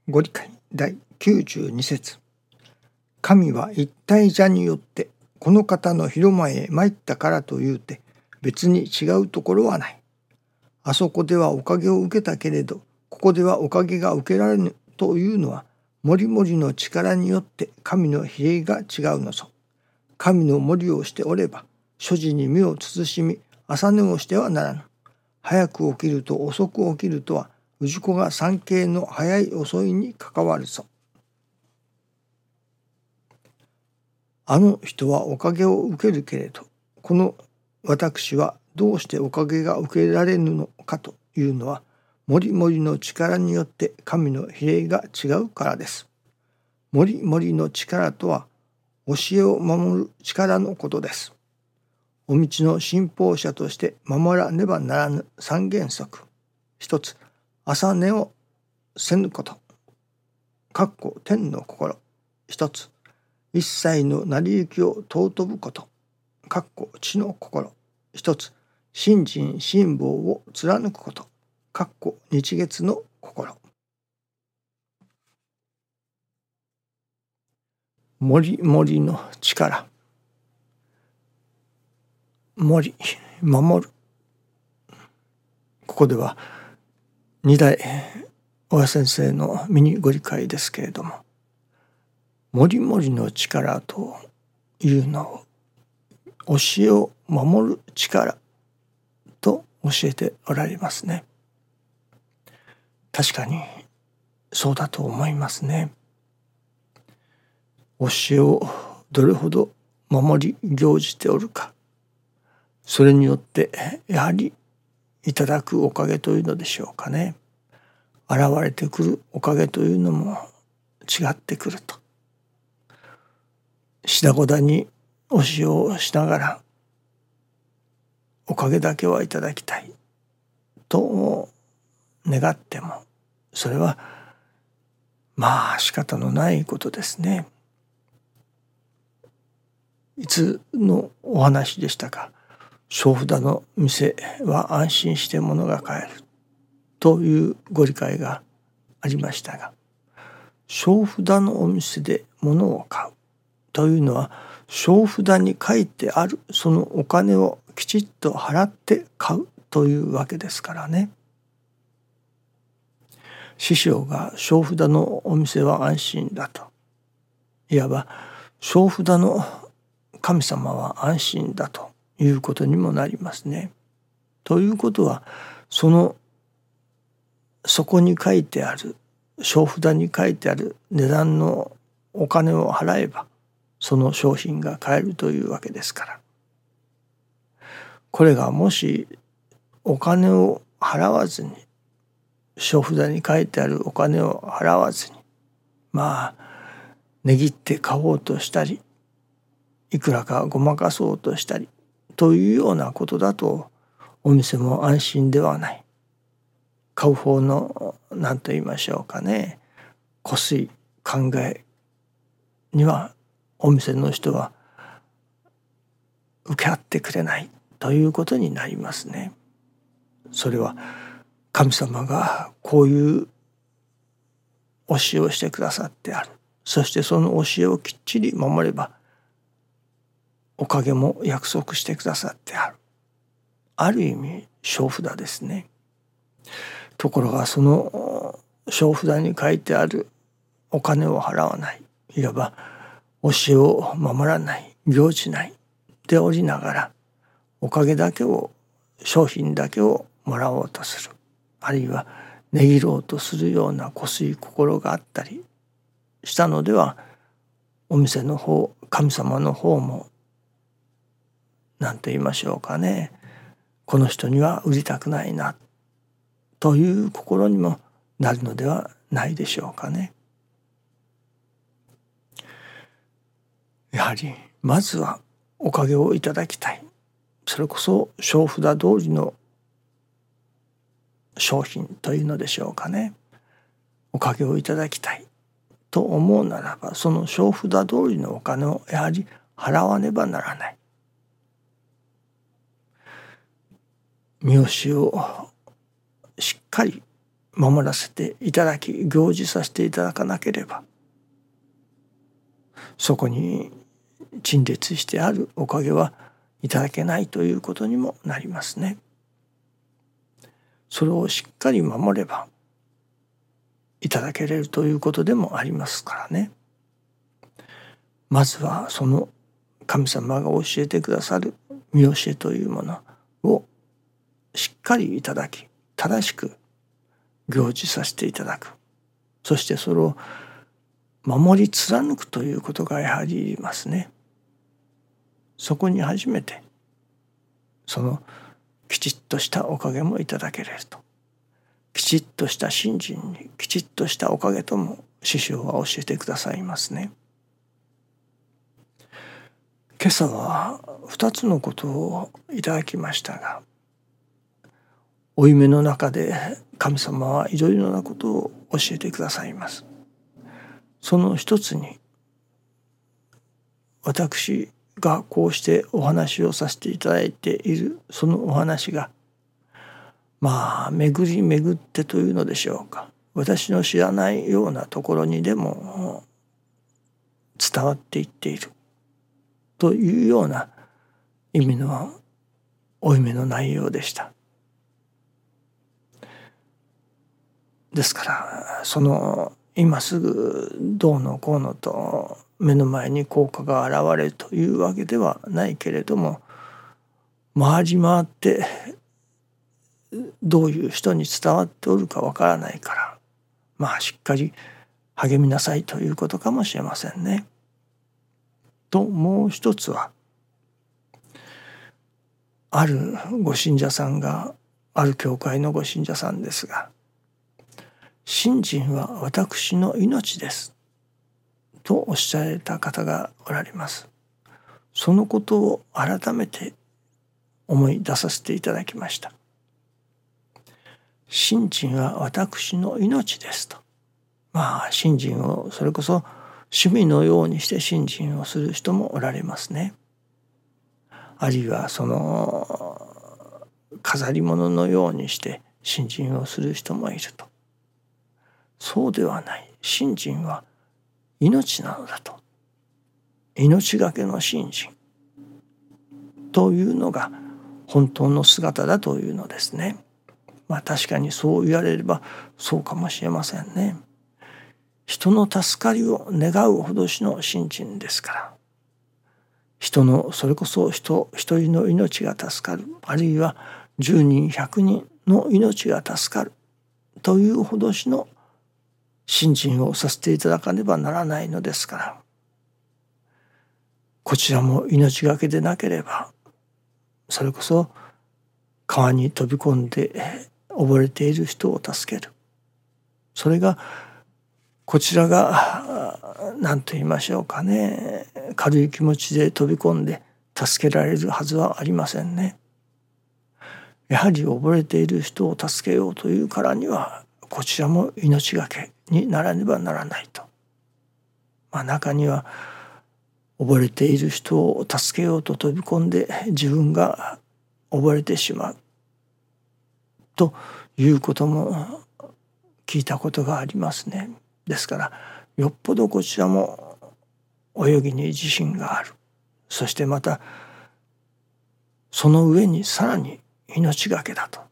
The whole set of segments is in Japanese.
ご理解第92節。神は一体者によってこの方の広間へ参ったからというて別に違うところはない。あそこではおかげを受けたけれどここではおかげが受けられぬというのはもりもりの力によって神の比例が違うのぞ。神の守りをしておれば所持に身を慎み朝寝をしてはならぬ。早く起きると遅く起きるとは氏子が産経の早い遅いに関わるぞ。あの人はおかげを受けるけれどこの私はどうしておかげが受けられぬのかというのはもりもりの力によって神の比例が違うからです。もりもりの力とは教えを守る力のことです。お道の信奉者として守らねばならぬ三原則。一つ、朝寝をせぬこと。天の心。一つ、一切の成り行きを尊ぶこと。地の心。一つ、信心信望を貫くこと。日月の心。もりもりの力。守る。ここでは二代親先生のミニご理解ですけれども、もりもりの力というのを教えを守る力と教えておられますね。確かにそうだと思いますね。教えをどれほど守り行じておるか、それによってやはりいただくおかげというのでしょうかね。現れてくるおかげというのも違ってくると。しだごだに教えをしながらおかげだけはいただきたいと願ってもそれは仕方のないことですね。いつのお話でしたか。小札の店は安心して物が買えるというご理解がありましたが、小札のお店で物を買うというのは小札に書いてあるそのお金をきちっと払って買うというわけですからね。師匠が小札のお店は安心だと、いわば小札の神様は安心だということにもなりますね。ということはそこに書いてある小札に書いてある値段のお金を払えばその商品が買えるというわけですから、これがもしお金を払わずに小札に書いてあるお金を払わずに値切って買おうとしたりいくらかごまかそうとしたりというようなことだとお店も安心ではない。買う方の何と言いましょうかね、こすい考えにはお店の人は受け合ってくれないということになりますね。それは神様がこういう教えをしてくださってある。そしてその教えをきっちり守ればおかげも約束してくださってある。ある意味小札ですね。ところがその小札に書いてあるお金を払わない、いわば教えを守らない、行じないでおりながらおかげだけを、商品だけをもらおうとする、あるいは値切ろうとするようなこすい心があったりしたのでは、お店の方、神様の方も何と言いましょうかね、この人には売りたくないなという心にもなるのではないでしょうかね。やはりまずはおかげをいただきたい。それこそ小札通りの商品というのでしょうかね。おかげをいただきたいと思うならば、その小札通りのお金をやはり払わねばならない。見教えをしっかり守らせていただき行事させていただかなければ、そこに陳列してあるおかげはいただけないということにもなりますね。それをしっかり守ればいただけれるということでもありますからね。まずはその神様が教えてくださる見教えというものをしっかりいただき、正しく行事させていただく。そしてそれを守り貫くということがやはりいりますね。そこに初めてそのきちっとしたおかげもいただけれると。きちっとした信心にきちっとしたおかげとも師匠は教えてくださいますね。今朝は2つのことをいただきましたが、負い目の中で神様はいろいろなことを教えてくださいます。その一つに、私がこうしてお話をさせていただいているそのお話が、巡り巡ってというのでしょうか、私の知らないようなところにでも伝わっていっているというような意味の負い目の内容でした。ですからその今すぐどうのこうのと目の前に効果が現れるというわけではないけれども、回り回ってどういう人に伝わっておるかわからないから、しっかり励みなさいということかもしれませんね。ともう一つは、あるご信者さんが、ある教会のご信者さんですが、信心は私の命ですとおっしゃられた方がおられます。そのことを改めて思い出させていただきました。信心は私の命ですと。信心をそれこそ趣味のようにして信心をする人もおられますね。あるいはその飾り物のようにして信心をする人もいると。そうではない。信心は命なのだと。命がけの信心というのが本当の姿だというのですね。確かにそう言われればそうかもしれませんね。人の助かりを願うほどしの信心ですから、人のそれこそ人一人の命が助かる、あるいは10人100人の命が助かるというほどしの信心をさせていただかねばならないのですから、こちらも命がけでなければ、それこそ川に飛び込んで溺れている人を助ける、それがこちらが何と言いましょうかね、軽い気持ちで飛び込んで助けられるはずはありませんね。やはり溺れている人を助けようというからには、こちらも命がけにならねばならないと。中には溺れている人を助けようと飛び込んで自分が溺れてしまうということも聞いたことがありますね。ですからよっぽどこちらも泳ぎに自信がある、そしてまたその上にさらに命がけだと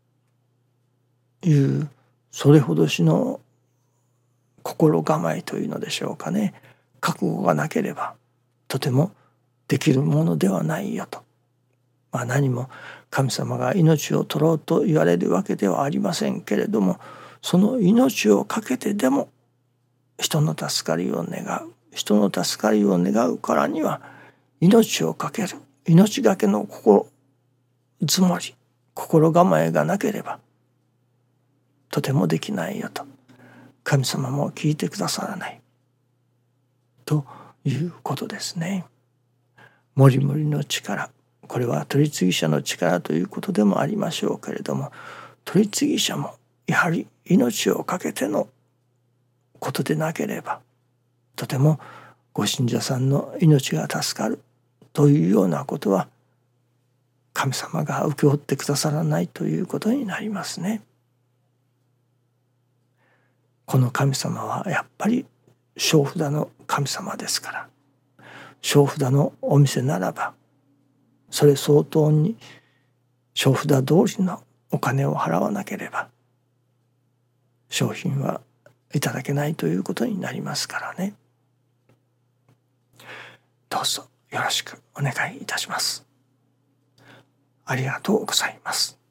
いうそれほどしの心構えというのでしょうかね、覚悟がなければとてもできるものではないよと。何も神様が命を取ろうと言われるわけではありませんけれども、その命をかけてでも人の助かりを願う、人の助かりを願うからには命をかける、命がけの心づもり、心構えがなければとてもできないよと。神様も聞いてくださらないということですね。もりもりの力、これは取り次ぎ者の力ということでもありましょうけれども、取り次ぎ者もやはり命をかけてのことでなければとてもご信者さんの命が助かるというようなことは神様が請け負ってくださらないということになりますね。 この神様はやっぱり小札の神様ですから、小札のお店ならばそれ相当に小札通りのお金を払わなければ商品はいただけないということになりますからね。どうぞよろしくお願いいたします。ありがとうございます。